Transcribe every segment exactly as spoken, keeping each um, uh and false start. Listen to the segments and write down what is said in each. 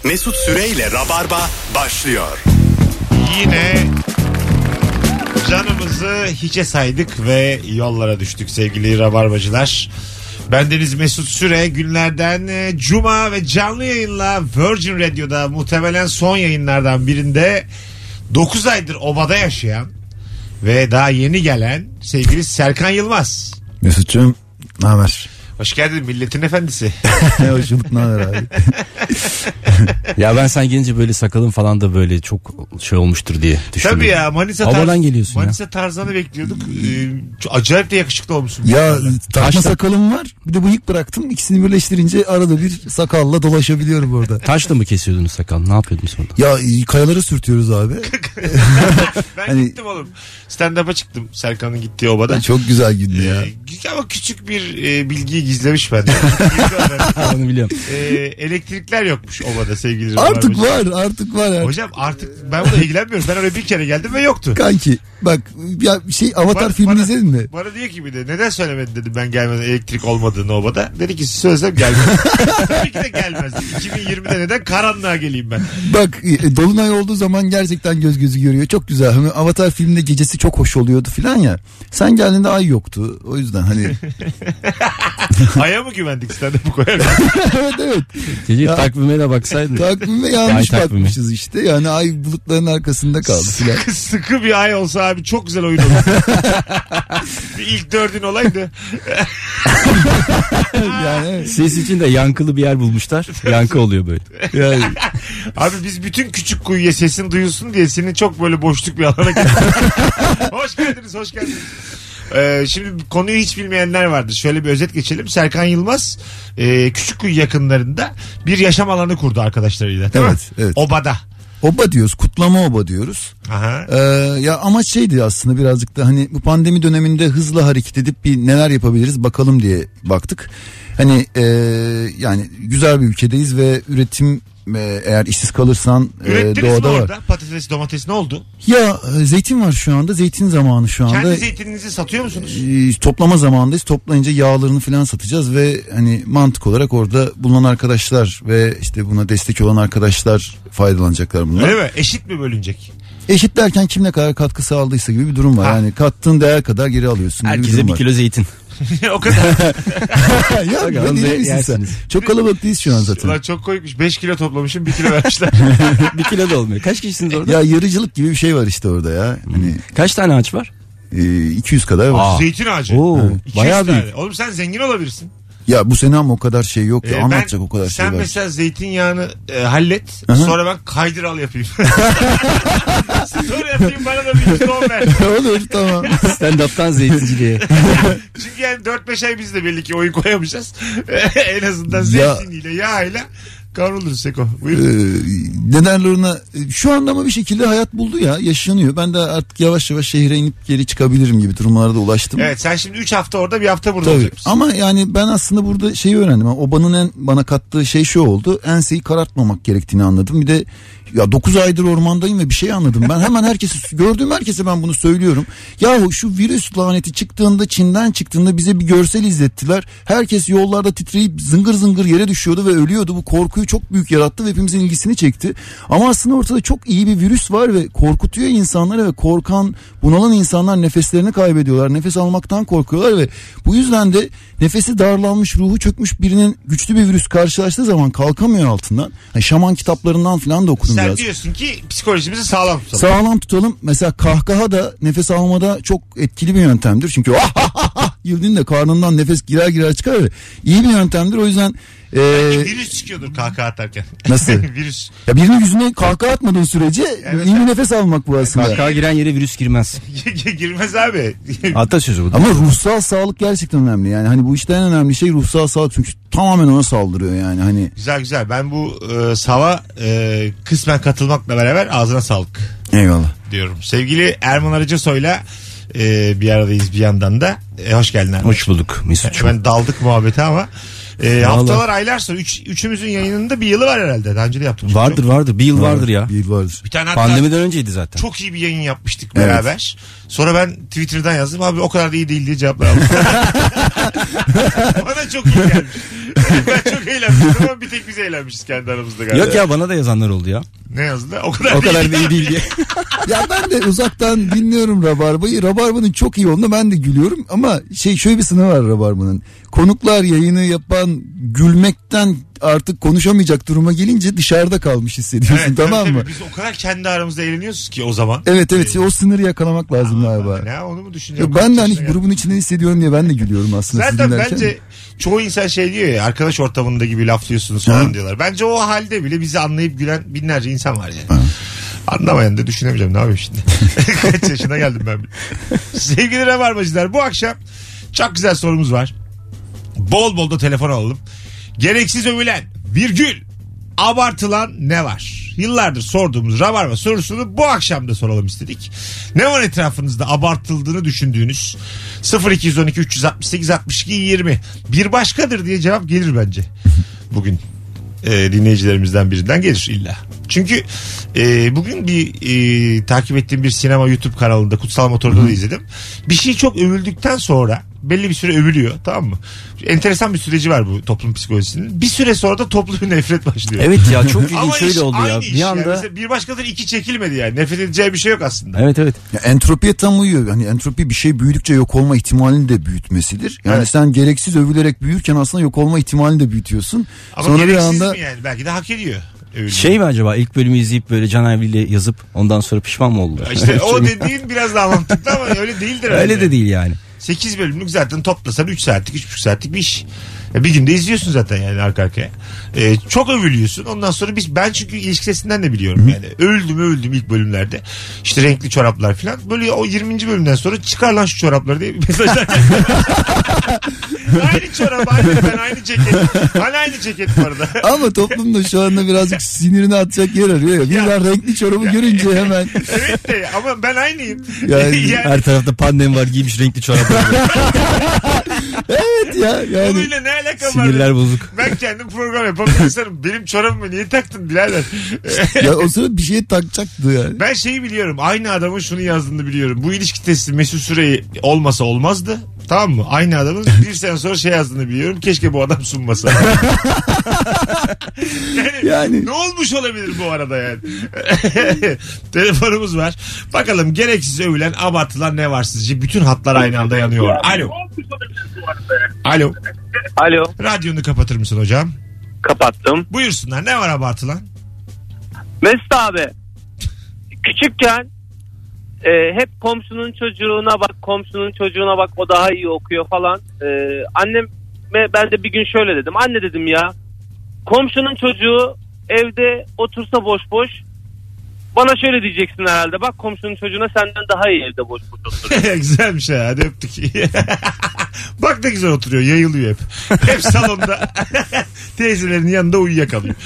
Mesut Süreyle Rabarba başlıyor. Yine canımızı hiçe saydık ve yollara düştük sevgili Rabarbacılar. Bendeniz Mesut Süre, günlerden e, Cuma ve canlı yayınla Virgin Radio'da muhtemelen son yayınlardan birinde dokuz aydır obada yaşayan ve daha yeni gelen sevgili Serkan Yılmaz. Mesut'cum ne haber? Hoş geldin milletin efendisi. Hoş bulduk, ne haber abi? Ya ben sen gelince böyle sakalın falan da böyle çok şey olmuştur diye düşündüm. Tabii ya, Manisa, Havadan tarz, geliyorsun Manisa ya. Tarzan'ı bekliyorduk. Ee, çok acayip de yakışıklı olmuşsun. Ya takma Taşla- sakalım var, bir de bıyık bıraktım. İkisini birleştirince arada bir sakalla dolaşabiliyorum orada. Taşla mı kesiyordunuz sakal? Ne yapıyordunuz orada? Ya kayalara sürtüyoruz abi. Ben Hani- gittim oğlum. Stand-up'a çıktım Serkan'ın gittiği obada. Çok güzel gündü ya. Ee, ama küçük bir e, bilgiyi gizlemiş benden. Onu biliyorum. e, elektrikler yokmuş obada sevgili Artık Rabarbacı. var artık var artık. Hocam artık ben buna ilgilenmiyorum. Ben oraya bir kere geldim ve yoktu. Kanki bak ya şey Avatar Bana- filmini bana- izledin mi? Bana diyor ki bir de neden söylemedin dedim ben gelmeden elektrik olmadığını obada. Dedi ki söylesem gelmez. Tabii ki de gelmez. iki bin yirmide neden karanlığa geleyim ben? Bak e, Dolunay olduğu zaman gerçekten göz gözü görüyor. Çok güzel. Hani Avatar filminde gecesi çok hoş oluyordu filan ya. Sen geldiğinde ay yoktu. O yüzden hani. Aya mı güvendik stand-up'ı koyarken? Evet evet. Gece Ya- takvime de baksaydın. Takvime yanlış Ay takvimi. bakmışız işte. Yani ay bulutların arkasında kaldı filan. Sıkı, sıkı bir ay olsa abi çok güzel oyun olur. Bir ilk dördün olaydı. Yani evet. Ses için de yankılı bir yer bulmuşlar. Yankı oluyor böyle. Yani Abi biz bütün küçük kuyuya sesin duyulsun diye seni çok böyle boşluk bir alana getirdik. Hoş geldiniz, hoş geldiniz. Ee, şimdi konuyu hiç bilmeyenler vardır. Şöyle bir özet geçelim. Serkan Yılmaz e, Küçükkuyu yakınlarında bir yaşam alanı kurdu arkadaşlarıyla. Değil Evet, mi? evet. Obada. oba diyoruz, kutlama oba diyoruz. Aha. Ee, ya amaç şeydi aslında birazcık da hani bu pandemi döneminde hızlı hareket edip bir neler yapabiliriz bakalım diye baktık. Hani e, yani güzel bir ülkedeyiz ve üretim e, eğer işsiz kalırsan e, Ürettiniz mi doğada var. orada? Patates, domates ne oldu? Ya e, zeytin var şu anda, zeytin zamanı şu anda. Kendi zeytininizi satıyor musunuz? E, toplama zamanındayız. Toplayınca yağlarını falan satacağız ve hani mantık olarak orada bulunan arkadaşlar ve işte buna destek olan arkadaşlar faydalanacaklar bundan. Öyle mi? Eşit mi bölünecek? Eşit derken kim ne kadar katkı sağladıysa gibi bir durum var. Ha. Yani kattığın değer kadar geri alıyorsun gibi bir Herkese durum bir var. kilo zeytin. O kadar. Ya Bakalım ben de deli misin sen? yersiniz. Çok kalabalık değiliz şu an zaten. Ulan çok koymuş. beş kilo toplamışım, bir kilo vermişler. Bir kilo da olmuyor. Kaç kişisiniz orada? Ya yarıcılık gibi bir şey var işte orada ya. Hani Kaç tane ağaç var? e, iki yüz kadar var. Aa. Zeytin ağacı. Oo, iki yüz bayağı tane. büyük. Oğlum sen zengin olabilirsin. Ya bu sene ama o kadar şey yok ya. Ee, Anlatacak ben- o kadar şey sen var. mesela zeytinyağını e, hallet. Aha. Sonra ben kaydıral yapayım. Sonra yapayım, bana da bir yüzde on ver. Olur tamam. Stand-up'tan zeytinciliğe. Çünkü yani dört beş ay biz de belli ki oyun koyamayacağız. En azından Ya- zeytiniyle, yağıyla kavruluruz Seko. Buyur. Ee, ne derler ona, şu anda ama bir şekilde hayat buldu ya, yaşanıyor. Ben de artık yavaş yavaş şehre inip geri çıkabilirim gibi durumlara da ulaştım. Evet, sen şimdi üç hafta orada, bir hafta burada Tabii. olacaksın. Ama yani ben aslında burada şeyi öğrendim. Yani obanın en bana kattığı şey şu oldu. Enseyi karartmamak gerektiğini anladım. Bir de ya dokuz aydır ormandayım ve bir şey anladım. Ben hemen herkesi, gördüğüm herkese ben bunu söylüyorum. Yahu şu virüs laneti çıktığında, Çin'den çıktığında bize bir görsel izlettiler. Herkes yollarda titreyip zıngır zıngır yere düşüyordu ve ölüyordu. Bu korkuyu çok büyük yarattı ve hepimizin ilgisini çekti. Ama aslında ortada çok iyi bir virüs var ve korkutuyor insanları ve korkan, bunalan insanlar nefeslerini kaybediyorlar. Nefes almaktan korkuyorlar ve bu yüzden de nefesi darlanmış, ruhu çökmüş birinin güçlü bir virüs karşılaştığı zaman kalkamıyor altından. Yani şaman kitaplarından falan da okudum Sen biraz. diyorsun ki psikolojimizi sağlam tutalım. Sağlam tutalım. Mesela kahkaha da nefes almada çok etkili bir yöntemdir. Çünkü ah ah ah ah yıldığında karnından nefes girer girer çıkar ve iyi bir yöntemdir. O yüzden e, Virüs çıkıyordur kahkaha atarken. Nasıl? Virüs. ya birinin yüzüne kahkaha atmadığın sürece Evet. iyi bir nefes almak bu aslında. Kahkaha giren yere virüs girmez. Girmez abi. Atasözü bu. Ama ruhsal sağlık gerçekten önemli. Yani hani bu işte en önemli şey ruhsal sağlık. Çünkü tamamen ona saldırıyor yani hani. Güzel güzel. Ben bu e, sava e, kısmen katılmakla beraber ağzına sağlık Eyvallah. diyorum. Sevgili Erman Arıcasoy'la e, bir aradayız bir yandan da. E, hoş geldin Erman. Hoş bulduk Mesut'cum. Ben daldık muhabbete ama e, haftalar aylar sonra üç, üçümüzün yayınında bir yılı var herhalde. Daha önce de yaptık. Vardır Çok, vardır. Bir yıl vardır ya. Bir vardır. bir tane hatta Pandemiden önceydi zaten. çok iyi bir yayın yapmıştık Evet. beraber. Sonra ben Twitter'dan yazdım. Abi o kadar da iyi değil diye cevaplar aldım. Bana çok iyi gelmiş. Ben çok eğlenmiştim ama bir tek biz eğlenmişiz kendi aramızda galiba. Yok ya, bana da yazanlar oldu ya. Ne yazdı? O kadar, O kadar değil, iyi değil diye. Ya ben de uzaktan dinliyorum Rabarba'yı. Rabarba'nın çok iyi olduğunu ben de gülüyorum. Ama şey şöyle bir sınavı var Rabarba'nın. Konuklar yayını yapan gülmekten artık konuşamayacak duruma gelince dışarıda kalmış hissediyorsun, Evet, tamam tabii, mı? tabii. Biz o kadar kendi aramızda eğleniyoruz ki o zaman. Evet evet, o sınırı yakalamak lazım galiba. Ne onu mu düşünüyorum? Ya ben de hani grubun içinde hissediyorum diye ben de gülüyorum aslında. Zaten bence çoğu insan şey diyor ya, arkadaş ortamında gibi laflıyorsunuz falan Ha. diyorlar. Bence o halde bile bizi anlayıp gülen binlerce insan var yani. Ha. Anlamayan da düşünemeyeceğim, ne yapayım şimdi. Kaç yaşına geldim ben bile. Sevgili Rabarbacılar, bu akşam çok güzel sorumuz var. Bol bol da telefon alalım. Gereksiz övülen, virgül, abartılan ne var? Yıllardır sorduğumuz Rabarba sorusunu bu akşam da soralım istedik. Ne var etrafınızda abartıldığını düşündüğünüz? sıfır iki on iki üç altı sekiz altmış iki yirmi. Bir başkadır diye cevap gelir bence. Bugün e, dinleyicilerimizden birinden gelir illa. Çünkü e, bugün bir e, takip ettiğim bir sinema YouTube kanalında, Kutsal Motor'da da izledim. Bir şey çok övüldükten sonra belli bir süre övülüyor, tamam mı? Enteresan bir süreci var bu toplum psikolojisinin. Bir süre sonra da toplum bir nefret başlıyor. Evet ya, çok ilginç, Ama şöyle iş oldu aynı ya. iş Bir yani. anda. Mesela bir başkadır iki çekilmedi yani. Nefret edeceği bir şey yok aslında. Evet evet. Ya entropiye tam uyuyor. Hani entropi bir şey büyüdükçe yok olma ihtimalini de büyütmesidir. Yani Evet. sen gereksiz övülerek büyürken aslında yok olma ihtimalini de büyütüyorsun. Ama Sonra bir gereksiz anda mi yani? Belki de hak ediyor. Öyle. Şey mi acaba, ilk bölümü izleyip böyle Can Evli'yle yazıp ondan sonra pişman mı oldular? İşte o dediğin biraz daha mantıklı ama öyle değildir. Öyle herhalde. de değil yani. sekiz bölümlük zaten toplasan üç saatlik üç buçuk saatlik bir iş. Ya bir günde izliyorsun zaten yani arka arkaya. Ee, çok övülüyorsun. Ondan sonra biz, ben çünkü ilişki sesinden de biliyorum yani. Öldüm öldüm ilk bölümlerde. İşte renkli çoraplar falan. Böyle o yirminci bölümden sonra çıkar lan şu çorapları diye mesajlar. Aynı çorap, aynı ben, aynı ceket. Hala aynı ceket bu arada. ama toplumda şu anda birazcık sinirini atacak yer arıyor ya. Birden renkli çorabı görünce hemen. Evet de ama ben aynıyım. Yani- yani Her tarafta pandemi var, giymiş renkli çoraplar. Evet ya yani. konuyla ne alaka var? Sinirler bozuk. Ben kendim program yapabilirsem benim çorabımı niye taktın birader? Ya o sırada bir şeye takacaktı yani. Ben şeyi biliyorum. Aynı adamın şunu yazdığını biliyorum. Bu ilişki testi Mesut Süre olmasa olmazdı. Tamam mı? Aynı adamın bir sene sonra şey yazdığını biliyorum. Keşke bu adam sunmasa. yani, Yani. ne olmuş olabilir bu arada yani? Telefonumuz var. Bakalım gereksiz övülen, abartılan ne var sizce? Bütün hatlar aynı anda yanıyor. Alo. Alo. Alo, Radyonu kapatır mısın hocam? kapattım. Buyursunlar. Ne var abartılan? Mesut abi, küçükken e, hep komşunun çocuğuna bak, komşunun çocuğuna bak, o daha iyi okuyor falan. E, anneme ben de bir gün şöyle dedim. Anne dedim ya, komşunun çocuğu evde otursa boş boş, bana şöyle diyeceksin herhalde. Bak, komşunun çocuğuna senden daha iyi evde boş boş oturuyor. Güzelmiş ha, hadi öptük. Bak ne güzel oturuyor, yayılıyor hep. Hep salonda. Teyzelerin yanında uyuyakalıyor.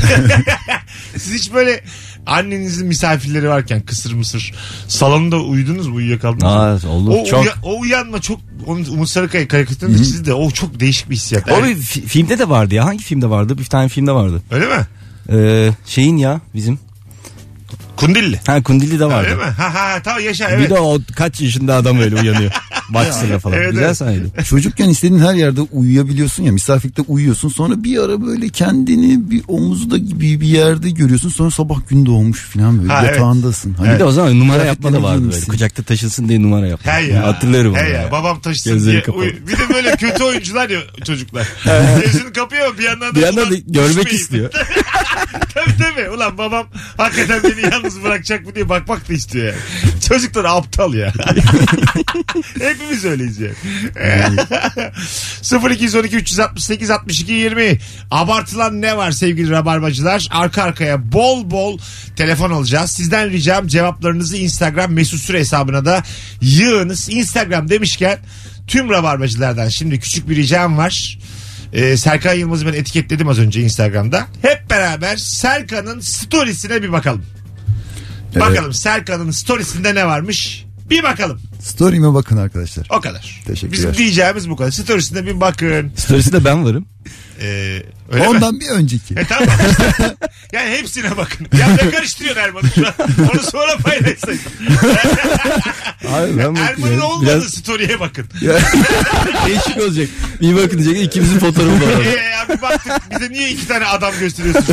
Siz hiç böyle annenizin misafirleri varken kısır mısır salonda uyudunuz mu, uyuyakaldınız mı? Aa, olur O, çok. uya- o uyanma çok, onun Umut Sarıkaya karikatüründe çizdi de o çok değişik bir hissiyat. O Yani- bir fi- filmde de vardı ya. Hangi filmde vardı? Bir tane filmde vardı. Öyle mi? Ee, şeyin ya bizim. Kundilli. Ha, Kundili de vardı. Öyle mi? Ha ha, tamam, yaşa, Bir evet. de o kaç yaşında adam öyle uyanıyor. Bahçesine falan. Evet, Güzel evet. sahneydi. Çocukken istediğin her yerde uyuyabiliyorsun ya, misafirlikte uyuyorsun, sonra bir ara böyle kendini bir omuzda gibi bir yerde görüyorsun, sonra sabah gün doğmuş falan böyle Ha, evet. yatağındasın. Hani Bir de o zaman numara Kıyafetlerini yapma da vardı böyle. giymişsin. Kucakta taşınsın diye numara yapma. He ya. Hatırlıyorum onu. He ya. ya. Babam taşısın Gözleri diye. kapalı. Uy- Bir de böyle kötü oyuncular ya çocuklar. Gözünü kapıyor ama bir yandan da Bir yandan da ulan görmek düşmeyeyim. istiyor. Tabii tabii. Ulan babam hakikaten beni yalnız bırakacak mı diye bakmak da istiyor yani. Çocuklar aptal ya. Hepimiz öyleyiz yani. sıfır iki on iki üç altı sekiz altmış iki yirmi. Abartılan ne var sevgili rabarbacılar? Arka arkaya bol bol telefon alacağız. Sizden ricam cevaplarınızı Instagram Mesut Süre hesabına da yığınız. Instagram demişken tüm rabarbacılardan şimdi küçük bir ricam var. Ee, Serkan Yılmaz'ı ben etiketledim az önce Instagram'da. Hep beraber Serkan'ın storiesine bir bakalım. Evet. Bakalım Serkan'ın storiesinde ne varmış? Bir bakalım. Story'ime bakın arkadaşlar. O kadar. Teşekkürler. Bizim diyeceğimiz bu kadar. Storiesinde bir bakın. Storiesinde ben varım. Ee, öyle Ondan mi? bir önceki. E tamam. Yani hepsine bakın. Ya ne karıştırıyorsun Erman'ı şu an? Onu sonra paylaşsaydın. Abi ben Erman'ın olmadığı Biraz story'e bakın. değişik olacak. Bir bakın diyecek ikimizin fotoğrafı var. Eee abi baktık bize niye iki tane adam gösteriyorsun?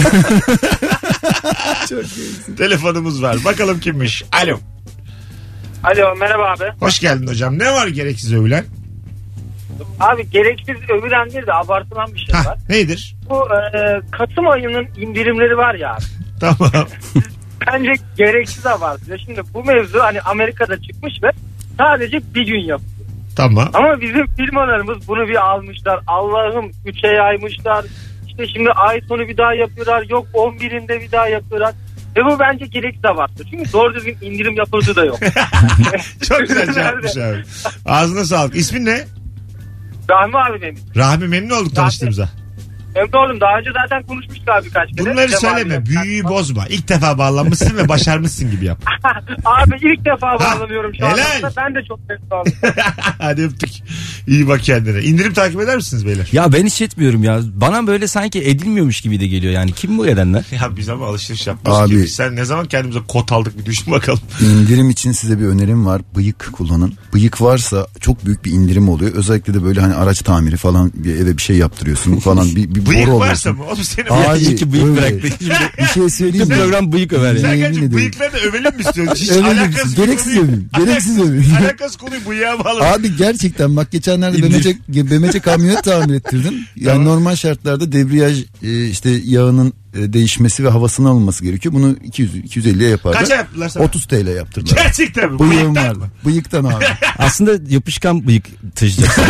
Çok iyi. Telefonumuz var. Bakalım kimmiş. Alo. Alo merhaba abi. Hoş geldin hocam. Ne var gereksiz övülen? Abi gereksiz övülen değil de abartılan bir şey Hah, var. nedir? Bu e, Kasım ayının indirimleri var ya abi. Tamam. Bence gereksiz abartılıyor. Şimdi bu mevzu hani Amerika'da çıkmış ve sadece bir gün yapıyor. Tamam. Ama bizim firmalarımız bunu bir almışlar. Allah'ım üçe yaymışlar. İşte şimdi ay sonu bir daha yapıyorlar. Yok on birinde bir daha yapıyorlar. Ve bu bence gereksiz abartı. Çünkü doğru düzgün indirim yapıldığı da yok. Çok güzel cevapmış abi. Ağzına sağlık. İsmin ne? Rahmi abi benim. Rahmi, memnun olduk tanıştığımıza. Memnun oldum. Daha önce zaten konuşmuştuk abi birkaç kere. Bunları Cem söyleme. abi. Büyüyü bozma. İlk defa bağlanmışsın ve başarmışsın gibi yap. Abi ilk defa bağlanıyorum şu helal. anda. Ben de çok memnun oldum. Hadi öptük. İyi bak kendine. İndirim takip eder misiniz beyler? Ya ben hiç etmiyorum ya. Bana böyle sanki edilmiyormuş gibi de geliyor yani. Kim bu edenler? Ya biz ama alışveriş yapmışız Abi. gibi. Sen ne zaman kendimize kot aldık bir düşün bakalım. İndirim için size bir önerim var. Bıyık kullanın. Bıyık varsa çok büyük bir indirim oluyor. Özellikle de böyle hani araç tamiri falan bir eve bir şey yaptırıyorsun falan. Bir, bir Bıyık boru varsa alıyorsun. mı? Oğlum senin Abi, İyi ki bıyık öyle. bıraktı. Şimdi Bir şey söyleyeyim mi? program bıyık över Sen ya. Yemin gerçi ederim. bıyıkları da övelim mi istiyorsun? Hiç Övelim alakası misin? bir Gereksiz konu- öveyim. Gereksiz Alakası- öveyim. Alakası konuyu bıyığa bağlı. Abi gerçekten bak geçenlerde BMC, BMC kamyonet tamir ettirdim. Yani Tamam. normal şartlarda debriyaj e, işte yağının e, değişmesi ve havasının alınması gerekiyor. Bunu iki yüz iki yüz elliye yaparlar. Kaça yaptılar sana? otuz TL yaptırdılar. Gerçekten mi? Bıyığım Bıyıktan vardı. mı? Bıyıktan abi. Aslında yapışkan bıyık taşıyacaksın.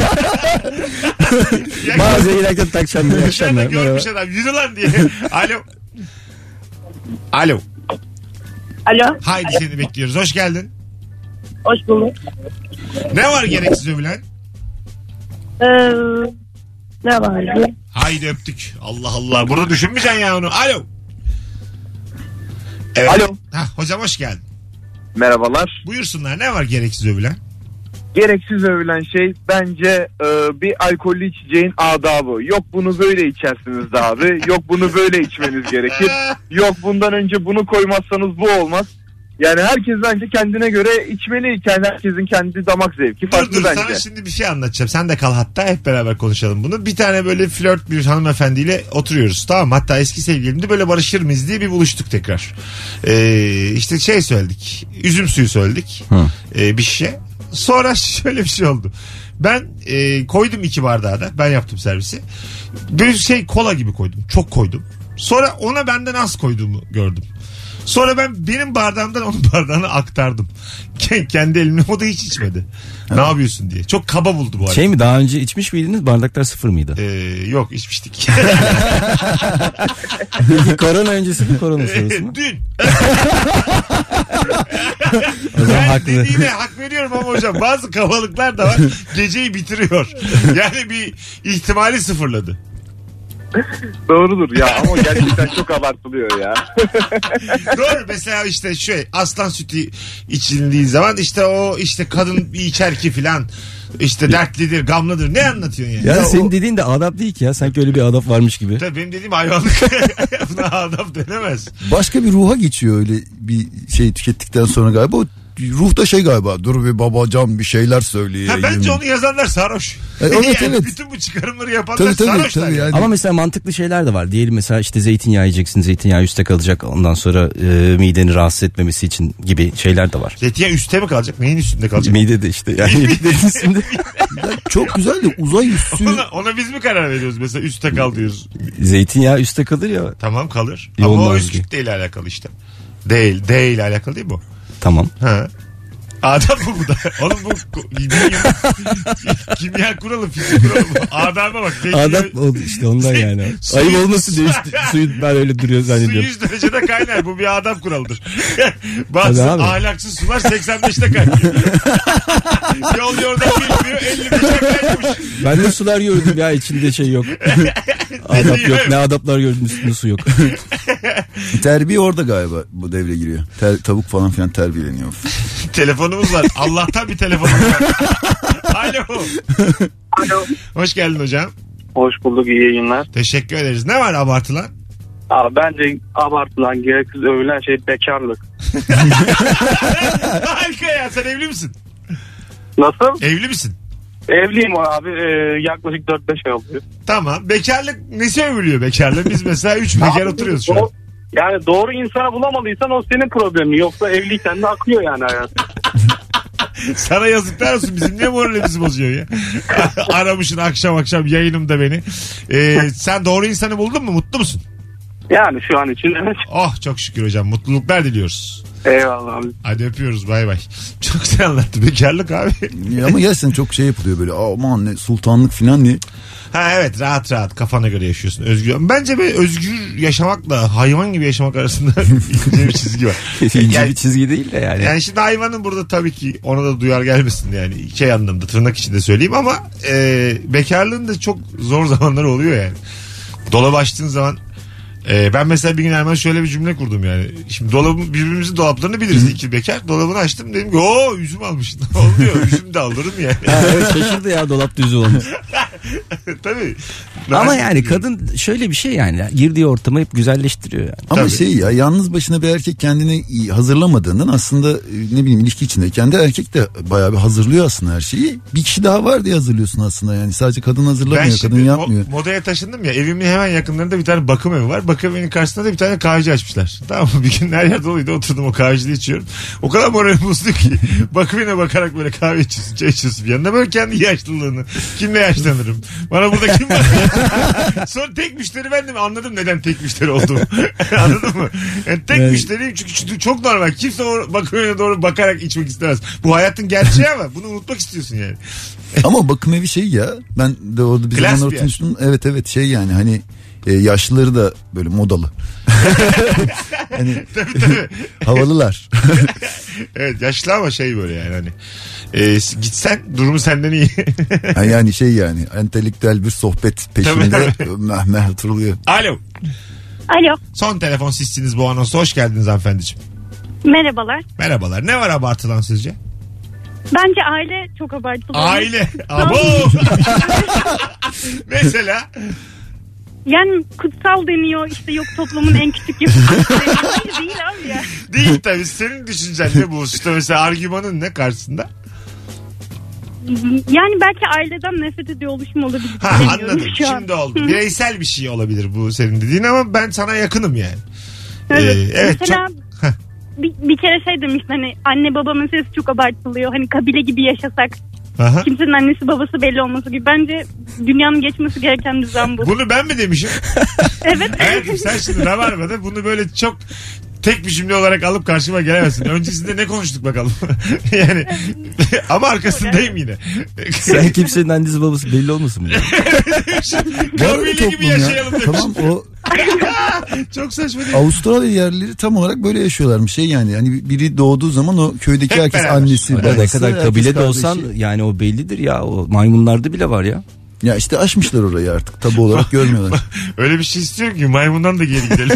Ya, Mağazaya giderken takacağım. İyi dışarıda akşamlar. görmüş adam. Yürü lan diye. Alo. Alo. Alo, Haydi seni bekliyoruz. Hoş geldin. hoş bulduk. Ne var gereksiz övülen? Ee, ne vardı? Haydi öptük. Allah Allah. Burada düşünmeyeceksin ya onu. Alo. Evet. Alo. Hah, hocam hoş geldin. Merhabalar. Buyursunlar. Ne var gereksiz övülen? Gereksiz övülen şey bence e, bir alkollü içeceğin adabı. Yok bunu böyle içersiniz de abi. Yok bunu böyle içmeniz gerekir. Yok bundan önce bunu koymazsanız bu olmaz. Yani herkes bence kendine göre içmeli. Kendi herkesin kendi damak zevki farklı Dur dur bence. sana şimdi bir şey anlatacağım. Sen de kal hatta hep beraber konuşalım bunu. Bir tane böyle flört bir hanımefendiyle oturuyoruz. Tamam mı? Hatta eski sevgilimdi böyle barışır mıyız diye bir buluştuk tekrar. Ee, işte şey söyledik. Üzüm suyu söyledik. Ee, bir şişe. Sonra şöyle bir şey oldu. Ben e, koydum iki bardağı da. Ben yaptım servisi. Bir şey kola gibi koydum. Çok koydum. Sonra ona benden az koyduğumu gördüm. Sonra ben benim bardağımdan onun bardağına aktardım. Kendi elimle o da hiç içmedi. Ne yapıyorsun diye. Çok kaba buldu bu arada. Şey mi daha önce içmiş miydiniz? Bardaklar sıfır mıydı? Ee, yok içmiştik. Peki korona öncesi mi korona sonrası mı? Dün. O zaman Ben haklı. dediğine hak veriyorum ama hocam bazı kabalıklar da var. Geceyi bitiriyor. Yani bir ihtimali sıfırladı. Doğrudur ya ama gerçekten çok abartılıyor ya. Doğru mesela işte şöyle aslan sütü içildiği zaman işte o işte kadın içer ki filan işte dertlidir gamlıdır ne anlatıyorsun yani? Yani Ya senin o- dediğin de adap değil ki ya. Sanki öyle bir adap varmış gibi. Tabii benim dediğim hayvanlık. Buna adam denemez. Başka bir ruha geçiyor öyle bir şey tükettikten sonra galiba. O ruh da şey galiba. Dur bir babacan bir şeyler söyleyeyim. Ha, bence onu yazanlar sarhoş. E, evet, Yani evet. bütün bu çıkarımları yapanlar Tabii tabii, sarhoşlar. tabii yani. yani. Ama mesela mantıklı şeyler de var. Diyelim mesela işte zeytinyağı yiyeceksin. Zeytinyağı üstte kalacak. Ondan sonra e, mideni rahatsız etmemesi için gibi şeyler de var. Zeytinyağı üstte mi kalacak? Neyin üstünde kalacak? Mide de işte. Yani midelerin üstünde. Ya çok güzel de uzay üssü. ona, ona biz mi karar veriyoruz mesela üstte kal diyoruz. Zeytinyağı üstte kalır ya. Tamam kalır. İyi Ama o olmaz üstlükle ile alakalı işte. Değil. D ile alakalı değil mi bu? Tamam. Ha. Adam mı bu da? Oğlum bu kimya, kimya kuralı, fizik kuralı bu. Adama bak. Zeytinyağı- Adap oldu işte ondan yani. Suyu- Ayıp olmasın diye üstü, suyu ben öyle duruyor Su zannediyorum. yüz derecede kaynar. Bu bir adam kuralıdır. Bazı Tabii abi. ahlaksız sular seksen beşte kaynıyor. Yol yordan bilmiyor elli beşe kaynamış. Ben de sular gördüm ya içinde şey yok. Adap yok. Ne adaplar gördüm üstünde su yok. Terbiye orada galiba bu devre giriyor. Ter- tavuk falan filan terbiyeleniyor. Telefonumuz var. Allah'tan bir telefonumuz var. Alo. Alo. Hoş geldin hocam. Hoş bulduk, iyi yayınlar. Teşekkür ederiz. Ne var abartılan? Abi bence abartılan, gereksiz övülen şey bekarlık. Harika ya, sen evli misin? Nasıl? Evli misin? Evliyim abi, ee, yaklaşık dört beş ay oluyor. Tamam. Bekarlık nesi övülüyor bekarlık? Biz mesela üç bekar oturuyoruz şu an. Yani doğru insana bulamadıysan o senin problemin. Yoksa evliyken de akıyor yani hayat. Sana yazıklar olsun, bizim niye moralimizi bozuyor ya? Aramışsın akşam akşam yayınımda beni. Ee, sen doğru insanı buldun mu? Mutlu musun? Yani şu an için evet. Oh çok şükür hocam. Mutluluklar diliyoruz. Eyvallah abi. Hadi öpüyoruz, bay bay. Çok güzel anlattı bekarlık abi. Ya ama gerçekten çok şey yapılıyor böyle. Aman ne sultanlık falan diye. Ha evet, rahat rahat kafana göre yaşıyorsun. Özgür. Bence böyle özgür yaşamakla hayvan gibi yaşamak arasında ince bir çizgi var. İnce Yani- bir çizgi değil de yani. Yani şimdi hayvanın burada tabii ki ona da duyar gelmesin yani şey anlamda, tırnak içinde söyleyeyim ama e, bekarlığın da çok zor zamanları oluyor yani. Dolabı açtığın zaman e, ben mesela bir gün hemen şöyle bir cümle kurdum yani. Şimdi dolabın, birbirimizin dolaplarını biliriz, iki bekar. Dolabını açtım, dedim ki ooo üzüm almışsın. Olmuyor, üzüm de alırım yani. Ha, evet, şaşırdı ya dolap düzü olmuş. Tabii. Ama yani kadın şöyle bir şey yani. Girdiği ortamı hep güzelleştiriyor yani. Ama Tabii. şey ya, yalnız başına bir erkek kendini iyi hazırlamadığından aslında e, ne bileyim ilişki içindeyken de erkek de bayağı bir hazırlıyor aslında her şeyi. Bir kişi daha var diye hazırlıyorsun aslında yani. Sadece kadın Ben hazırlamıyor, şimdi kadın yapmıyor. mo- modaya taşındım ya, evimin hemen yakınlarında bir tane bakım evi var. Bakım evinin karşısında da bir tane kahveci açmışlar. Tamam mı? Bir gün her yer doluydu, oturdum o kahvecide içiyorum. O kadar moralim bozdu ki. Bakım evine bakarak böyle kahve içiyorsun, çay içiyorsun bir yanında, böyle kendi yaşlılığını. Kimle yaşlanırım? Bana burada kim var? Sonra tek müşteri bendim, anladım neden tek müşteri olduğumu. Anladın mı? Yani tek Evet. müşteriyim çünkü çok normal. Kimse o bakım evine doğru bakarak içmek istemez. Bu hayatın gerçeği ama bunu unutmak istiyorsun yani. Ama bakım evi şey ya, ben de orada bir Klas zamanlar bir yer. oturmuştum. Evet evet şey yani hani e, yaşlıları da böyle modalı. Hani Tabii tabii. havalılar. Evet, yaşlı ama şey böyle yani hani. E, gitsen durumu senden iyi. Ha, yani şey yani entelektüel bir sohbet peşinde meh meh oturuluyor. Alo. Alo. Son telefon sizsiniz bu anonsa. Hoş geldiniz hanımefendiciğim. Merhabalar. Merhabalar. Ne var abartılan sizce? Bence aile çok abartılı. Aile. Abo. Mesela. Yani kutsal deniyor, işte yok toplumun en küçük yapısı deniyor. Hayır değil abi ya. Değil tabii. Senin düşüncen ne bu? İşte mesela argümanın ne karşısında? Yani belki aileden nefret ediyor oluşum olabilir. Ha, bilemiyorum anladım. şu an. Şimdi oldu. Bireysel bir şey olabilir bu senin dediğin ama ben sana yakınım yani. Evet. Ee, evet, Mesela çok- Heh. bir, bir kere şey demiştin, hani anne baba meselesi çok abartılıyor. Hani kabile gibi yaşasak Aha. kimsenin annesi babası belli olması gibi. Bence dünyanın geçmesi gereken düzen bu. Bunu ben mi demişim? Evet. Hayatım sen şimdi Rabarba'da bunu böyle çok tek bir cümle olarak alıp karşıma gelemezsin. Öncesinde ne konuştuk bakalım. Yani ama arkasındayım yine. Sen kimsenin annesi babası belli olmasın mı? Kabile gibi yaşayalım demiş. Tamam o Çok saçma değil. Avustralya yerlileri tam olarak böyle yaşıyorlarmış şey yani. Hani biri doğduğu zaman o köydeki Hep herkes beraber. annesi, Ya ne babası, kadar herkes kabile de kardeşi. olsan yani o bellidir ya. O maymunlarda bile var ya. Ya işte aşmışlar orayı artık tabu olarak görmüyorlar. Öyle bir şey istiyorum ki maymundan da geri gidelim.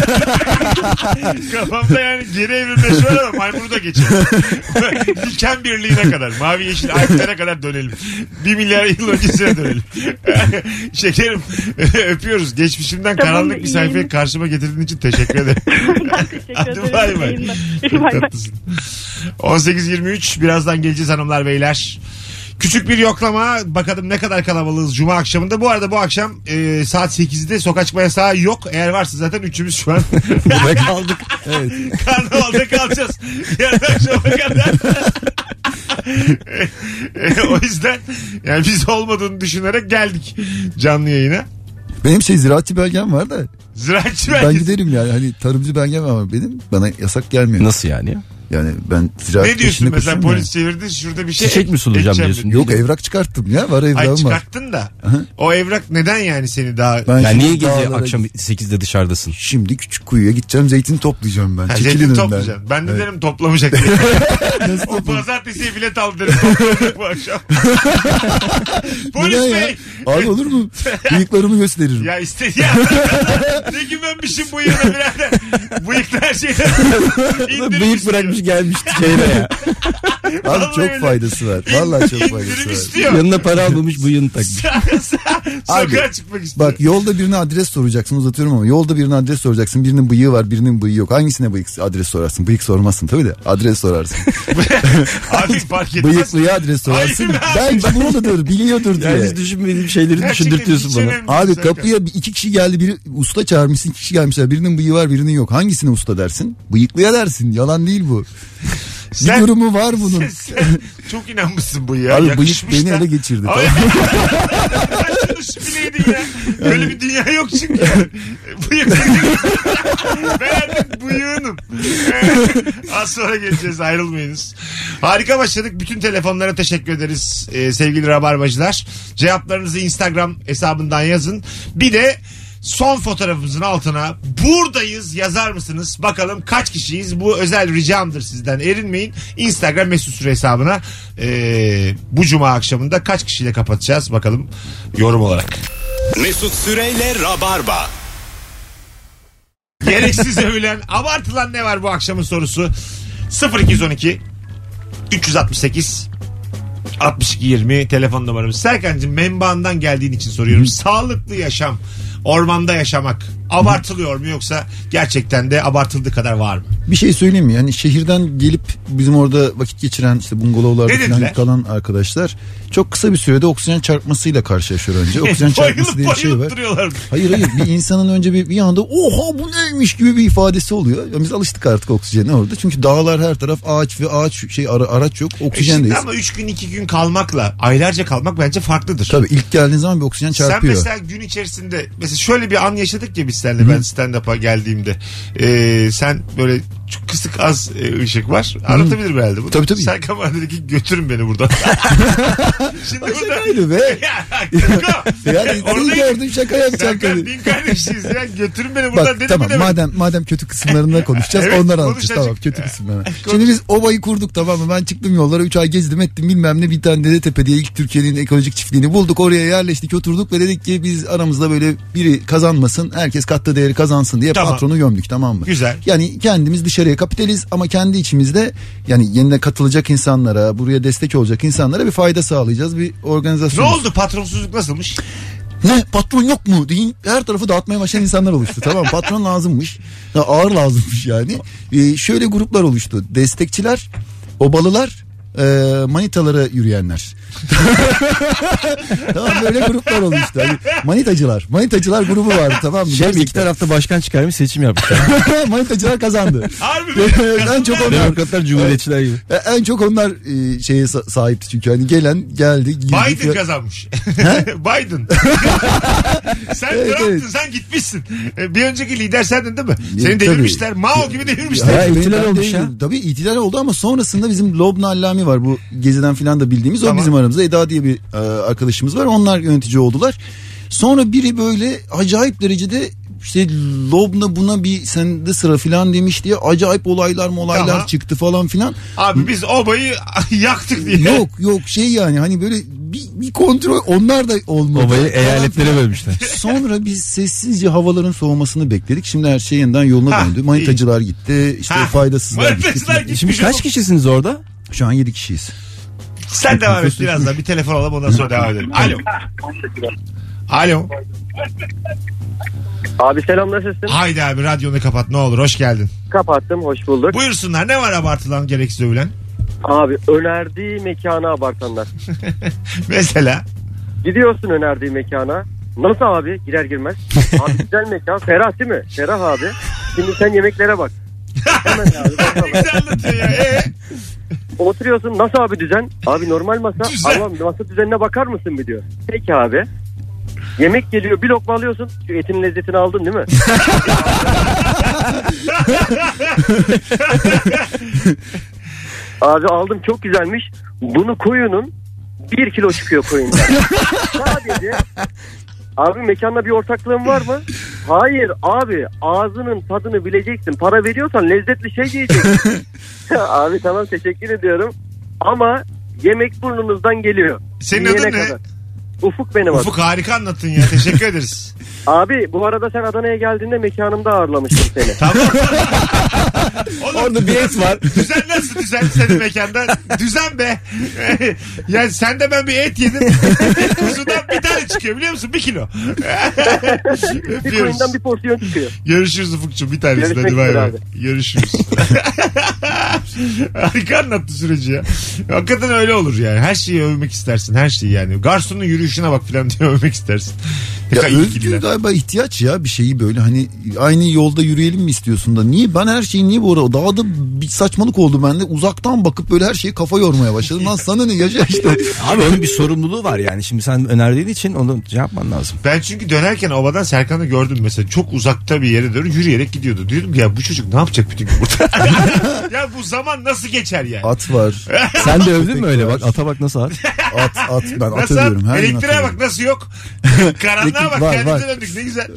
Kafamda yani geri evrilme şöyle ama maymunu da geçelim. Diken birliğine kadar, mavi yeşil alplere kadar dönelim. Bir milyar yıl öncesine dönelim. Şekerim öpüyoruz. Geçmişimden Tamam, karanlık bir iyi sayfayı yayınlar. karşıma getirdiğin için teşekkür ederim. Ben teşekkür Hadi ederim. bay bay. Yayınlar. Çok Bay bay. tatlısın. on sekiz yirmi üç birazdan geleceğiz hanımlar beyler. Küçük bir yoklama, bakalım ne kadar kalabalığız Cuma akşamında. Bu arada bu akşam e, saat sekizde sokağa çıkma yasağı yok. Eğer varsa zaten üçümüz şu an Burada kaldık. Evet. karnavalda kalacağız. Yarın akşama kadar. E, o yüzden yani biz olmadığını düşünerek geldik canlı yayına. Benim şey ziraatçı belgem var da Ziraatçı ben belgesi. giderim yani hani tarımcı belgem var benim, bana yasak gelmiyor. Nasıl yani? Yani ben ziraat Ne diyorsun peşinde mesela, koşuyorum polis çevirdi şurada bir şey. Çiçek mi sulayacağım ekeceğim diyorsun? dedi. ya. Yok evrak çıkarttım ya, var Ay evrağım var. çıkarttın da Hı. o evrak neden yani seni daha... Ben Yani şimdi niye gece dağlara- akşam sekizde dışarıdasın? Şimdi küçük kuyuya gideceğim, zeytin toplayacağım ben. Ha, Çekilin zeytin önümden. toplayacaksın. Ben de Evet. derim toplamayacak diye. O pazartesiye bilet aldı derim. Toplayacak bu akşam. Polis Neden ya? bey. Abi olur mu? Bıyıklarımı gösteririm. Ya istedi ya. Ne güvenmişim bıyığına birader. Bıyıklı her şeyden. Bıyık bırakmış gelmişti şeyle ya. Abi çok faydası var. Vallahi çok faydası İndirim var. istiyor. Yanına para almamış bıyığını takmış. Sokağa çıkmak istiyor. Bak yolda birine adres soracaksın, uzatıyorum ama yolda birine adres soracaksın. Birinin bıyığı var, birinin bıyığı yok. Hangisine bıyık adres sorarsın? Bıyık sormazsın tabii de adres sorarsın. Abi fark etmez. Bıyıklıya adres sorarsın. Hayır abi. Belki buradadır, biliyordur diye. Yani hiç düşünmediğim şeyleri Gerçekten düşündürtüyorsun hiç bana. önemli Abi değil kapıya bir- iki kişi geldi, biri usta çağırmışsın, iki kişi gelmişler. Birinin bıyığı var, birinin yok. Hangisine usta dersin? Bıyıklıya dersin. Yalan değil bu. Sen- Bir durumu var bunun. Sen, sen çok inanmışsın bu ya. Abi bıyık Yakışmış beni da. ele geçirdi. Abi, şunu şu bileydin ya. Böyle bir dünya yok çünkü. Bıyık. Ben artık bıyığınım. Az sonra geleceğiz, ayrılmayınız. Harika başladık. Bütün telefonlara teşekkür ederiz ee, sevgili Rabarbacılar. Cevaplarınızı Instagram hesabından yazın. Bir de son fotoğrafımızın altına buradayız yazar mısınız? Bakalım kaç kişiyiz? Bu özel ricamdır sizden. Erinmeyin. Instagram mesut süre hesabına ee, bu cuma akşamında kaç kişiyle kapatacağız? Bakalım yorum olarak. Mesut Süreyle Rabarba. Gereksiz övülen, abartılan ne var bu akşamın sorusu? sıfır iki on iki üç altı sekiz altmış iki yirmi telefon numaramız. Serkan'cığım menbaandan geldiğin için soruyorum. Sağlıklı yaşam, ormanda yaşamak abartılıyor mu yoksa gerçekten de abartıldığı kadar var mı? Bir şey söyleyeyim mi? Yani şehirden gelip bizim orada vakit geçiren işte bungalovlarda Ne falan dediler? kalan arkadaşlar çok kısa bir sürede oksijen çarpmasıyla karşılaşıyor önce. Oksijen çarpması diye bir şey var. Bayılıp duruyorlar. Hayır hayır bir insanın önce bir, bir anda oha bu neymiş gibi bir ifadesi oluyor. Ya biz alıştık artık oksijene orada. Çünkü dağlar her taraf ağaç ve ağaç şey ara, araç yok. E Oksijendeyiz. şimdi ama üç gün iki gün kalmakla aylarca kalmak bence farklıdır. Tabii ilk geldiğin zaman bir oksijen çarpıyor. Sen mesela gün içerisinde mesela şöyle bir an yaşadık ya biz seninle, ben stand-up'a geldiğimde. Ee, sen böyle çok kısık az e, ışık var. Anlatabilirim herhalde bunu. Tabii, tabii. Serkan bana dedi ki götürün beni buradan. Şimdi burada. Şakaydı be. Yani seni gördüm şaka yapacaksın. Serkan bin kardeşiyiz ya, götürün beni buradan Bak dedim tamam mi demedim. madem madem kötü kısımlarından konuşacağız Evet, onları konuş anlatacağız. azıcık. Tamam kötü kısımlarına. Şimdi biz obayı kurduk tamam mı? Ben çıktım yollara üç ay gezdim ettim bilmem ne, bir tane Dedetepe diye ilk Türkiye'nin ekolojik çiftliğini bulduk. Oraya yerleştik oturduk ve dedik ki biz aramızda böyle biri kazanmasın, herkes kattığı değeri kazansın diye Tamam. patronu gömdük tamam mı? Güzel. Yani kendimiz dışarıya kapitaliz ama kendi içimizde yani yenine katılacak insanlara, buraya destek olacak insanlara bir fayda sağlayacağız bir Ne organizasyon. oldu, patronsuzluk nasılmış? Ne patron yok mu deyin, her tarafı dağıtmaya başlayan insanlar oluştu. Tamam patron lazımmış. Ya, ağır lazımmış yani. Ee, şöyle gruplar oluştu. Destekçiler, obalılar, e, manitalara yürüyenler. Tamam böyle gruplar oluştu. Yani, manitacılar. Manitacılar grubu vardı tamam mı? Şey mi, iki Gerçekten. tarafta başkan çıkarmış seçim yapmışlar. Manitacılar kazandı. Harbi mi? en çok onlar Demokratlar cumhuriyetçiler gibi. e, en çok onlar e, şeye sa- sahipti çünkü hani gelen geldi girdi. Biden ve- kazanmış. Biden. Sen Evet, Trump'tın, evet. sen gitmişsin. E, Bir önceki lider sendin değil mi? Ya, Seni tabii. devirmişler. Mao gibi devirmişler. Ya, ihtilal ben olmuş değilim. ya. Tabii ihtilal oldu ama sonrasında bizim Lobna Allami var. Bu Gezi'den filan da bildiğimiz. Tamam. O bizim aramızda. Eda diye bir e, arkadaşımız var. Onlar yönetici oldular. Sonra biri böyle acayip derecede işte Lobna buna bir sende sıra filan demiş diye acayip olaylar olaylar Tamam. çıktı falan filan. Abi biz obayı yaktık diye. Yok yok şey yani hani böyle bir, bir kontrol onlar da olmadı. Obayı Falan eyaletlere filan. bölmüşler. Sonra biz sessizce havaların soğumasını bekledik. Şimdi her şey yeniden yoluna Ha, döndü. Manitacılar gitti. İşte Ha, faydasızlar gitti. manitacılar gitti. Şimdi kaç kişisiniz orada? Şu an yedi kişiyiz. Sen devam et biraz daha. Bir telefon alalım ondan sonra devam edelim. Alo. Alo. Abi selam, nasılsın? Haydi abi radyonu kapat ne olur, hoş geldin. Kapattım, hoş bulduk. Buyursunlar, ne var abartılan, gereksiz övülen? Abi önerdiği mekanı abartanlar. Mesela. Gidiyorsun önerdiği mekana. Nasıl abi, girer girmez? Abi güzel mekan, ferah değil mi? Ferah abi. Şimdi sen yemeklere bak. Hemen abi bakalım. Bize anlatıyor ya. Ee? Oturuyorsun, nasıl abi düzen? Abi normal masa. Düzen. Allah'ım masa düzenine bakar mısın bir diyor. Peki abi. Yemek geliyor, bir lokma alıyorsun. Şu etin lezzetini aldın değil mi? Abi aldım, çok güzelmiş. Bunu koyunun bir kilo çıkıyor koyundan. Sadece abi mekanda bir ortaklığın var mı? Hayır abi, ağzının tadını bileceksin. Para veriyorsan lezzetli şey yiyeceksin. Abi tamam, teşekkür ediyorum. Ama yemek burnunuzdan geliyor. Senin Yiyene adın ne? kadar. Ufuk benim adım. Ufuk harika anlattın ya, teşekkür ederiz. Abi bu arada sen Adana'ya geldiğinde mekanımda ağırlamıştım seni. Tamam. Oğlum, Orada bir et var. Düzen nasıl düzen senin mekanda? Düzen be. Yani sen de ben bir et yedim. Kuzudan bir tane çıkıyor biliyor musun? Bir kilo. Bir koyundan bir porsiyon çıkıyor. Görüşürüz Ufukcuğum bir tanesi. Hadi bay bay. Görüşürüz. Harika anlattı süreci ya. Hakikaten öyle olur yani. Her şeyi övmek istersin. Her şeyi yani. Garsonun yürüyüşüne bak falan diye övmek istersin. Ya özgür galiba ihtiyaç ya bir şeyi böyle hani aynı yolda yürüyelim mi istiyorsun da niye ben her şeyi niye bu arada daha da bir saçmalık oldu bende uzaktan bakıp böyle her şeyi kafa yormaya başladım lan sana ne yaşa işte. Abi onun bir sorumluluğu var yani şimdi sen önerdiğin için onu şey yapman lazım. Ben çünkü dönerken obadan Serkan'ı gördüm mesela çok uzakta bir yere doğru yürüyerek gidiyordu. Diyordum ki ya bu çocuk ne yapacak bütün gün burada? Ya bu zaman nasıl geçer yani? At var. Sen de övdün mü öyle bak ata bak nasıl at? At at ben at Nasıl? övüyorum. Her gün Elektriğe at bak nasıl yok? Karanlığa bak var, kendimize var. döndük ne güzel.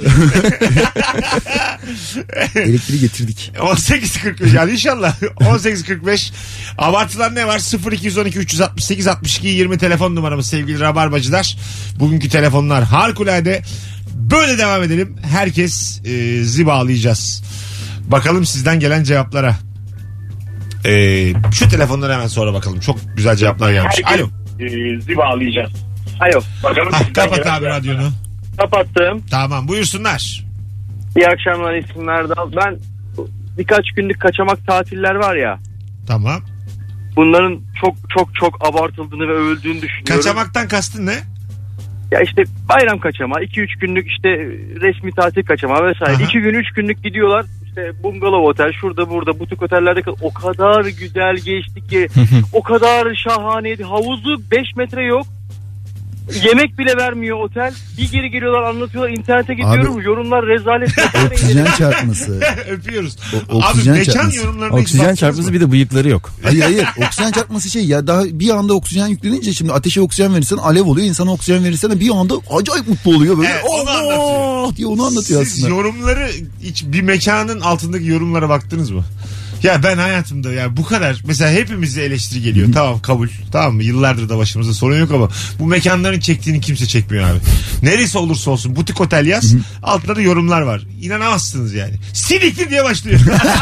Elektriği getirdik. on sekiz kırk beş yani inşallah on sekiz kırk beş abartılan ne var sıfır iki on iki üç altı sekiz altmış iki yirmi telefon numaramız sevgili Rabarbacılar. Bugünkü telefonlar harikulade. Böyle devam edelim. Herkes e, zi bağlayacağız. Bakalım sizden gelen cevaplara. E, şu telefonlara hemen sonra bakalım. Çok güzel cevaplar gelmiş. Alo. Zi bağlayacağız. Alo. Bakalım. Hah, kapat abi radyonu. Kapattım. Tamam buyursunlar. İyi akşamlar isimler de al. Ben birkaç günlük kaçamak tatiller var ya. Tamam. Bunların çok çok çok abartıldığını ve övüldüğünü düşünüyorum. Kaçamaktan kastın ne? Ya işte bayram kaçamağı, iki üç günlük işte resmi tatil kaçamağı vesaire. Aha. iki gün üç günlük gidiyorlar. İşte bungalov otel şurada burada butik otellerde kal- o kadar güzel geçtik ki o kadar şahaneydi. Havuzu beş metre yok. Yemek bile vermiyor otel. Bir geri geliyorlar anlatıyorlar. İnternete gidiyorum. Abi, yorumlar rezalet. Oksijen çarpması. Öpüyoruz. O, oksijen abi mekan çarpması. yorumlarına hiç Oksijen baktınız çarpması mı? bir de bıyıkları yok. Hayır hayır oksijen çarpması şey ya daha bir anda oksijen yüklenince şimdi ateşe oksijen verirsen alev oluyor. İnsana oksijen verirsen bir anda acayip mutlu oluyor böyle. Evet, onu Allah anlatıyor. diye onu anlatıyor Siz aslında. yorumları hiç bir mekanın altındaki yorumlara baktınız mı? Ya ben hayatımda ya bu kadar mesela hepimize eleştiri geliyor. Hı-hı. Tamam kabul. Tamam mı? Yıllardır da başımızda sorun yok ama bu mekanların çektiğini kimse çekmiyor abi. Neresi olursa olsun butik otel yaz. Hı-hı. Altında da yorumlar var. İnanamazsınız yani. Silikli diye başlıyor.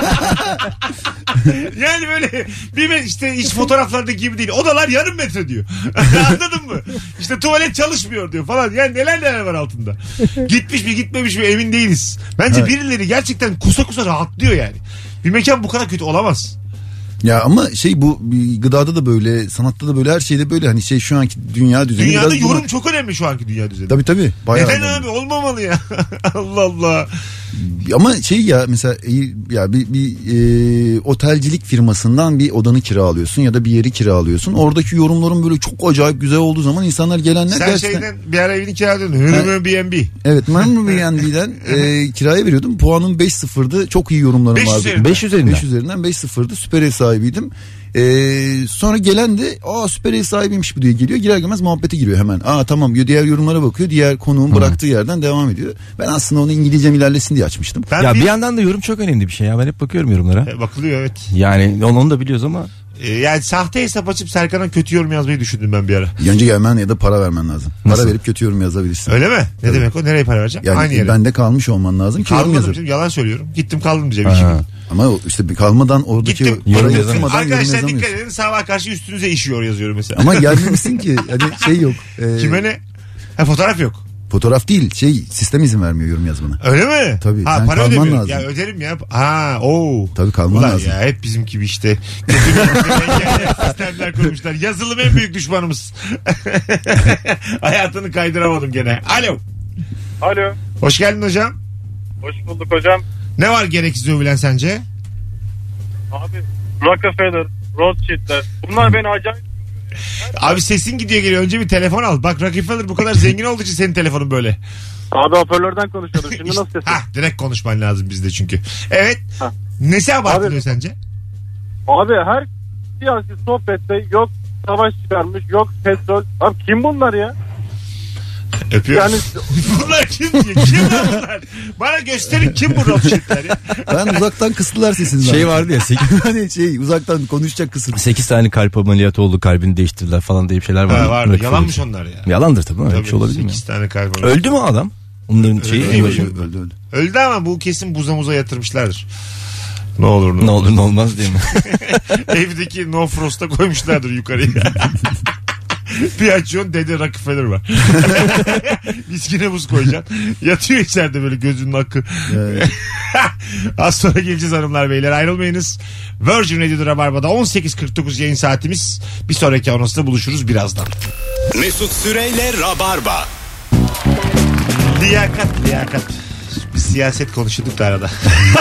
Yani böyle bir işte hiç fotoğraflardaki gibi değil. Odalar yarım metre diyor. Anladın mı? İşte tuvalet çalışmıyor diyor falan. Yani neler neler var altında. Gitmiş mi gitmemiş mi emin değiliz. Bence evet. Birileri gerçekten kusa kusa rahatlıyor yani. Bir mekan bu kadar kötü olamaz. Ya ama şey bu gıdada da böyle, sanatta da böyle, her şeyde böyle, hani şey şu anki dünya düzeni. Dünyada biraz yorum buna... çok önemli şu anki dünya düzeni. Tabii tabii. Neden abi olmamalı ya. Allah Allah. Ama şey ya mesela ya bir, bir e, otelcilik firmasından bir odanı kiralıyorsun ya da bir yeri kiralıyorsun. Oradaki yorumların böyle çok acayip güzel olduğu zaman insanlar gelenler sen gerçekten... şeyden bir ara evini kiraladın. Hırmı B and B. Evet, Hırmı B and B'den e, kiraya veriyordum. Puanım beş sıfırdı. Çok iyi yorumlarım beş vardı. Üzerinden. beş üzerinden. beş üzerinden beş sıfırdı. Süper ev sahibiydim. Ee, sonra gelen de aa süper ev sahibiymiş bu diye geliyor, girer girmez muhabbete giriyor hemen. Aa tamam diyor, diğer yorumlara bakıyor, diğer konuğun bıraktığı yerden devam ediyor. Ben aslında onu İngilizcem ilerlesin diye açmıştım. Ben ya bir... bir yandan da yorum çok önemli bir şey ya, ben hep bakıyorum yorumlara. E, bakılıyor evet. Yani onu, onu da biliyoruz ama. E, yani sahte hesap açıp Serkan'a kötü yorum yazmayı düşündüm ben bir ara. Önce gelmen ya da para vermen lazım. Nasıl? Para verip kötü yorum yazabilirsin. Öyle mi? Ne Tabii. demek o? Nereye para vereceğim? Yani aynı yere. Bende kalmış olman lazım ki yorum yazarım. Yalan söylüyorum. Gittim kaldım diyeceğim iki gün. Ama işte bir kalmadan oradaki Gittim, yorum yazamadan. Arkadaşlar dikkat edin, sabah karşı üstünüze işiyor yazıyorum mesela. Ama gelmemişsin ki. Hani şey yok. E... Kime ne? Ha, fotoğraf yok. Fotoğraf değil, şey sistem izin vermiyor yorum yazmana. Öyle mi? Tabii. Ha, sen para kalman ödemiyorum. lazım. Ya öderim ya. Ha, oo. Tabii kalman Ulan lazım. ya hep bizim gibi işte. Sistemler kurmuşlar. Yazılım en büyük düşmanımız. Hayatını kaydıramadım gene. Alo. Alo. Hoş geldin hocam. Hoş bulduk hocam. Ne var gereksiz övülen sence? Abi Rockefeller, Rothschild'ler. Bunlar beni acayip... Abi sesin gidiyor geliyor. Önce bir telefon al. Bak Rockefeller bu kadar zengin olduğu için senin telefonun böyle. Abi hoparlörden konuşuyordum. Şimdi nasıl sesin? Hah, direkt konuşman lazım bizde çünkü. Evet. Ha. Nesi abartılıyor abi, sence? Abi her siyasi sohbette yok savaş çıkarmış, yok petrol. Abi kim bunlar ya? Öpüyoruz. Yani... bunlar kim diye? Kim bunlar? Bana gösterin kim bu Rothschild'ler ya? Ben uzaktan kıstılar sesini. Şey vardı ya. Hani şey uzaktan konuşacak kısım. sekiz tane kalp ameliyatı oldu, kalbini değiştirdiler falan diye bir şeyler vardı. Ha, vardı. Yalanmış onlar ya. Yalandır tabii. Öyle tabii bir şey olabilir mi? sekiz tane kalp ameliyatı. Öldü mü adam? Onların şeyi Öldü, en öldü, başı. Öldü öldü. Öldü ama bu kesin buza muza yatırmışlardır. Ne olur ne, Ne olur ne olmaz değil mi? Evdeki no frost'a koymuşlardır yukarıya. Bir açıyorsun dede Rockefeller var. Viskine buz koyacaksın. Yatıyor içeride böyle gözünün akı. Evet. Az sonra geleceğiz hanımlar beyler, ayrılmayınız. Virgin Radio'da Rabarba'da on sekiz kırk dokuz yayın saatimiz. Bir sonraki anonsda buluşuruz birazdan. Mesut Süreyle Rabarba. Liyakat liyakat. Biz siyaset konuşuyorduk da arada.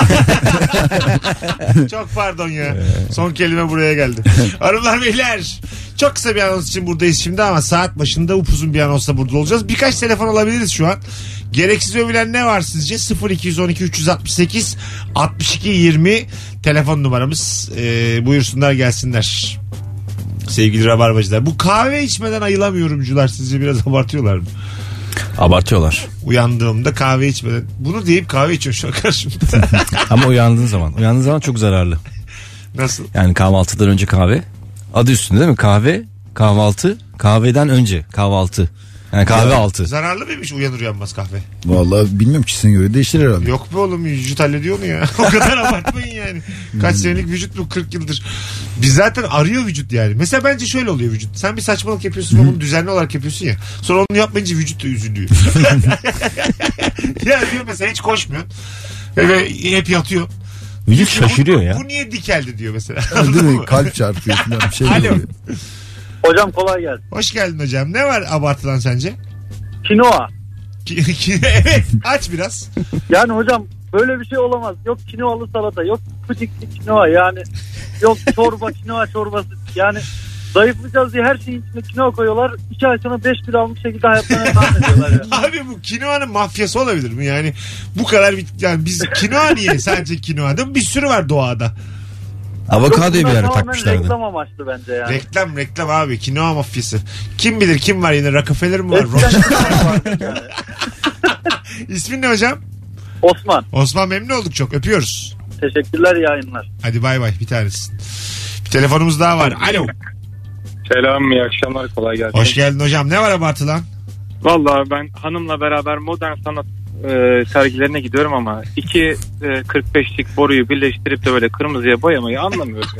Çok pardon ya. Son kelime buraya geldi. Hanımlar beyler, çok kısa bir anons için buradayız şimdi ama saat başında upuzun bir anonsla burada olacağız. Birkaç telefon alabiliriz şu an. Gereksiz övülen ne var sizce? sıfır iki on iki üç altı sekiz altmış iki yirmi telefon numaramız. Ee, buyursunlar gelsinler. Sevgili Rabarbacılar. Bu kahve içmeden ayılamıyorumcular sizce biraz abartıyorlar mı? Abartıyorlar. Uyandığımda kahve içmeden. Bunu deyip kahve içiyor şu an karşımda. Ama uyandığın zaman. Uyandığın zaman çok zararlı. Nasıl? Yani kahvaltıdan önce kahve. Adı üstünde değil mi? Kahve, kahvaltı, kahveden önce kahvaltı. Yani kahve altı. Zararlı mıymış uyanır uyanmaz kahve? Vallahi bilmiyorum, kişisine göre değişir herhalde. Yok be oğlum, vücut hallediyor onu ya. O kadar abartmayın yani. Kaç senelik vücut bu, kırk yıldır. Biz zaten arıyor vücut yani. Mesela bence şöyle oluyor vücut. Sen bir saçmalık yapıyorsun ve bunu düzenli olarak yapıyorsun ya. Sonra onu yapmayınca vücut da üzülüyor. Ya diyor mesela hiç koşmuyorsun. Ve hep yatıyor. Vücut şaşırıyor bu, ya. Bu niye dikeldi diyor mesela. Değil mi? Kalp çarpıyor falan bir şey Alo. oluyor. Hocam kolay gelsin. Hoş geldin hocam. Ne var abartılan sence? Kinoa. Evet, aç biraz. Yani hocam böyle bir şey olamaz. Yok kinoalı salata, yok pudingli kinoa, yani yok çorba, kinoa çorbası. Yani zayıflayacağız diye her şeyin içine kinoa koyuyorlar. İki ay sonra beş kilo almış şekilde hayatlarına devam ediyorlar ya. Abi bu kinoanın mafyası olabilir mi? Yani bu kadar bir, yani biz kinoa niye sadece kinoa değil mi? Bir sürü var doğada. Avokadoyu bir Bunlar ara tamamen takmışlardı. reklam amaçlı bence yani. Reklam reklam abi, kinoa mafyası. Kim bilir kim var yine, Rockefeller mi var? Eskiden kinoa vardı yani. İsmin ne hocam? Osman. Osman, memnun olduk çok, öpüyoruz. Teşekkürler, iyi yayınlar. Hadi bay bay, bir tanesin. Bir telefonumuz daha var. Alo. Selam, iyi akşamlar, kolay gelsin. Hoş geldin hocam. Ne var abartılan? Vallahi ben hanımla beraber modern sanat e, sergilerine gidiyorum ama iki e, kırk beşlik boruyu birleştirip de böyle kırmızıya boyamayı anlamıyorum.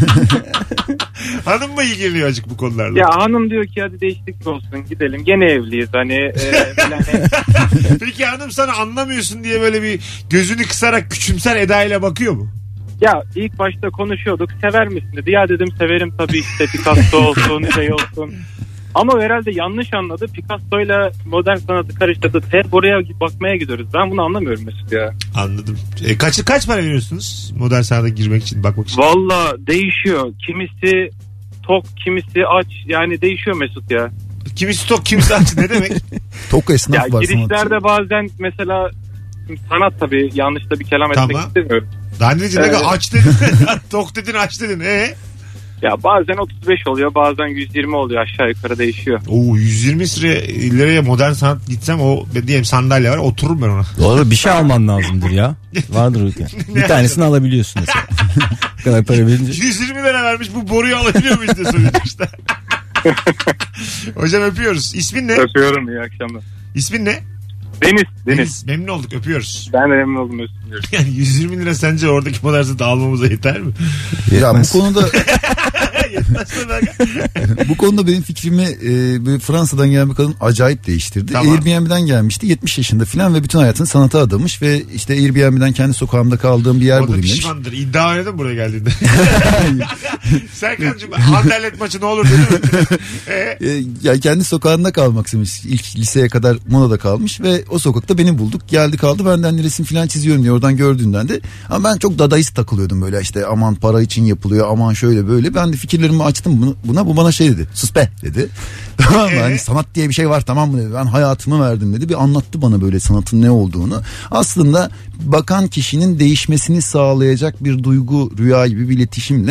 Hanım mı ilgileniyor acık bu konularla? Ya hanım diyor ki hadi değişiklik olsun gidelim, gene evliyiz hani. E, falan. Peki hanım sana anlamıyorsun diye böyle bir gözünü kısarak küçümser edayla bakıyor mu? Ya ilk başta konuşuyorduk, sever misin dedi. Ya dedim severim tabii, işte Picasso olsun şey olsun. Ama herhalde yanlış anladı. Picasso'yla modern sanatı karıştırdı. Hep oraya bakmaya gidiyoruz. Ben bunu anlamıyorum Mesut ya. Anladım. E, kaç, kaç para veriyorsunuz modern sanata girmek için, bakmak için? Valla değişiyor. Kimisi tok, kimisi aç. Yani değişiyor Mesut ya. Kimisi tok, kimisi aç, ne demek? Tok esnaf Ya var. girişlerde sanatçı. bazen mesela sanat tabii, yanlış da bir kelam etmek Tamam. istemiyorum. Daha ne diyeceksin? Evet. Aç dedin. Tok dedin, aç dedin. E? Ya bazen otuz beş oluyor, bazen yüz yirmi oluyor, aşağı yukarı değişiyor. Oo, yüz yirmi liraya modern sanat gitsem, o diyelim sandalye var, otururum ben ona. Doğru, bir şey alman lazımdır ya. Vardır o yani. Bir tanesini alabiliyorsun mesela. Bu kadar para verince. yüz yirmi lira vermiş, bu boruyu alabiliyor muyuz diye soruyor işte. Hocam öpüyoruz. İsmin ne? Öpüyorum, iyi akşamlar. İsmin ne? Deniz, Deniz. Deniz. Memnun olduk, öpüyoruz. Ben de memnun oldum Mesut diyorum. Yani yüz yirmi lira sence oradaki modern sanatı almamıza yeter mi? Ya bu konuda Yetmez mi be? bu konuda benim fikrimi e, böyle Fransa'dan gelen bir kadın acayip değiştirdi. Tamam. Airbnb'den gelmişti, yetmiş yaşında falan ve bütün hayatını sanata adamış ve işte Airbnb'den kendi sokağımda kaldığım bir yer O da bulayım demiş. pişmandır. İddia oynadın buraya geldiğinde. Serkan'cığım Anderlet maçı ne olur dedi mi? Ee? E, ya kendi sokağında kalmak istemiş. İlk liseye kadar Moda'da kalmış ve o sokakta beni bulduk. Geldi kaldı, benden resim falan çiziyorum diye oradan gördüğünden de. Ama ben çok dadaist takılıyordum böyle, işte aman para için yapılıyor, aman şöyle böyle. Ben de fikirlerimi açtım bunu, buna, bu bana şey dedi. Sus be dedi. Tamam mı? Ee? Hani sanat diye bir şey var, tamam mı dedi. Ben hayatımı verdim dedi. Bir anlattı bana böyle sanatın ne olduğunu. Aslında bakan kişinin değişmesini sağlayacak bir duygu, rüya gibi bir iletişimle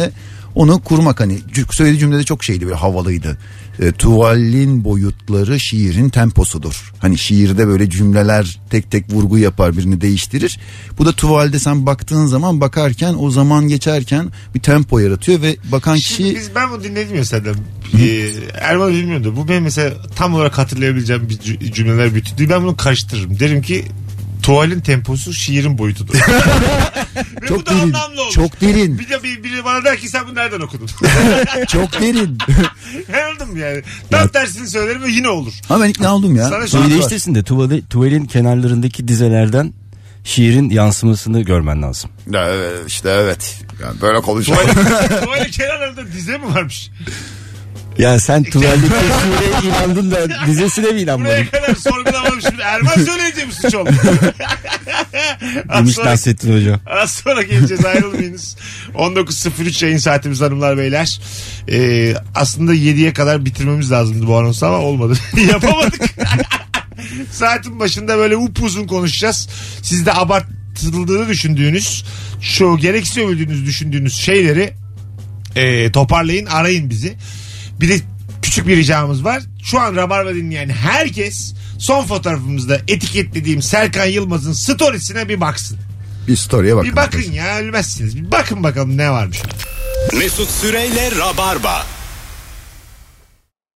Onu kurmak, hani söylediği cümlede çok şeydi, böyle havalıydı. E, tuvalin boyutları şiirin temposudur. Hani şiirde böyle cümleler tek tek vurgu yapar, birini değiştirir. Bu da tuvalde sen baktığın zaman, bakarken o zaman geçerken bir tempo yaratıyor ve bakan Şimdi kişi... biz, ben bunu dinledim ya senden. Ee, Erman bilmiyordu. Bu benim mesela tam olarak hatırlayabileceğim bir cümleler bütünlüğü. Ben bunu karıştırırım. Derim ki tuvalin temposu şiirin boyutudur. Çok derin. Çok derin. Bir de bir, biri bana der ki sen bunu nereden okudun? Çok derin. Anladım yani. Tam tersini söylerim ve yine olur. Ha ben ikna oldum ya. Sana şey değiştirsin de tuvali, tuvalin kenarlarındaki dizelerden şiirin yansımasını görmen lazım. Ya, işte evet. Yani böyle konuşalım. Tuvalin, tuvalin kenarlarında dize mi varmış? Ya sen tuvaldeki şiire inandın da dizesine mi inanmadın? Buraya kadar sorgulamamış. Erman söyleyeceğim suç oldu. Demiş Nasrettin Hoca. Az sonra geleceğiz, ayrılmayınız. on dokuz sıfır üç yayın saatimiz hanımlar beyler. Ee, aslında yediye kadar bitirmemiz lazımdı bu anonsu ama olmadı. Yapamadık. Saatin başında böyle upuzun konuşacağız. Siz de abartıldığını düşündüğünüz, şu gereksiz övüldüğünüz düşündüğünüz şeyleri e, toparlayın, arayın bizi. Bir de küçük bir ricamız var. Şu an Rabarba dinleyen herkes son fotoğrafımızda etiketlediğim Serkan Yılmaz'ın storiesine bir baksın. Bir story'e bakın. Bir bakın ya, ölmezsiniz. Bir bakın bakalım ne varmış. Mesut Süreyle Rabarba.